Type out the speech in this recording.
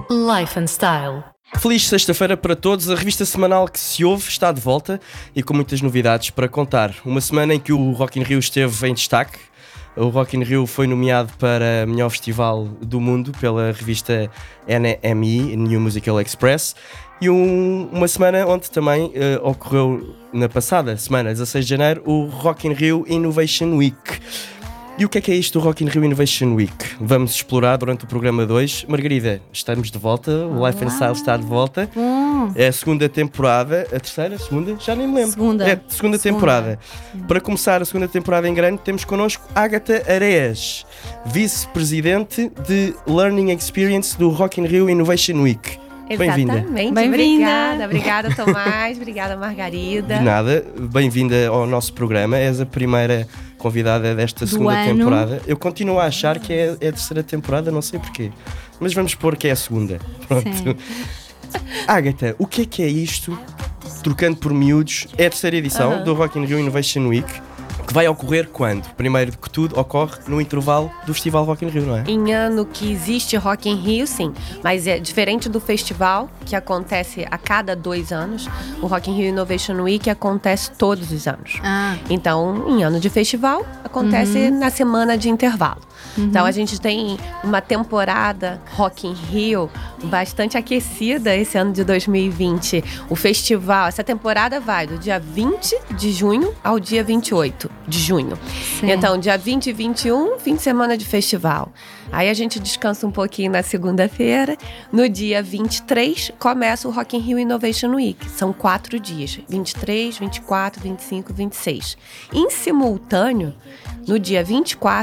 Life and Style. Feliz sexta-feira para todos, a revista semanal que se ouve está de volta e com muitas novidades para contar. Uma semana em que o Rock in Rio esteve em destaque. O Rock in Rio foi nomeado para melhor festival do mundo pela revista NME, New Musical Express. E uma semana onde também ocorreu, na passada semana, 16 de janeiro, o Rock in Rio Innovation Week. E o que é isto do Rock in Rio Innovation Week? Vamos explorar durante o programa 2. Margarida, estamos de volta, o Life and Style está de volta. É a segunda temporada, a terceira, segunda? Já nem me lembro. Segunda temporada. Para começar a segunda temporada em grande, temos connosco Ágata Areias, vice-presidente de Learning Experience do Rock in Rio Innovation Week. Exatamente, Bem-vinda. Obrigada Tomás, obrigada Margarida. De nada, bem-vinda ao nosso programa, és a primeira convidada desta segunda temporada. Eu continuo a achar que é a terceira temporada, não sei porquê, mas vamos pôr que é a segunda. Pronto. Ágata, o que é isto? Trocando por miúdos, é a terceira edição do Rock in Rio Innovation Week, que vai ocorrer quando? Primeiro que tudo, ocorre no intervalo do Festival Rock in Rio, não é? Em ano que existe Rock in Rio, sim, mas é diferente do festival, que acontece a cada 2 anos, o Rock in Rio Innovation Week acontece todos os anos. Então, em ano de festival, acontece na semana de intervalo. Então, a gente tem uma temporada Rock in Rio bastante aquecida esse ano de 2020. O festival, essa temporada vai do dia 20 de junho ao dia 28 de junho. Sim. Então, dia 20 e 21, fim de semana de festival. Aí a gente descansa um pouquinho na segunda-feira. No dia 23, começa o Rock in Rio Innovation Week. São 4 dias, 23, 24, 25, 26. Em simultâneo, no dia 24,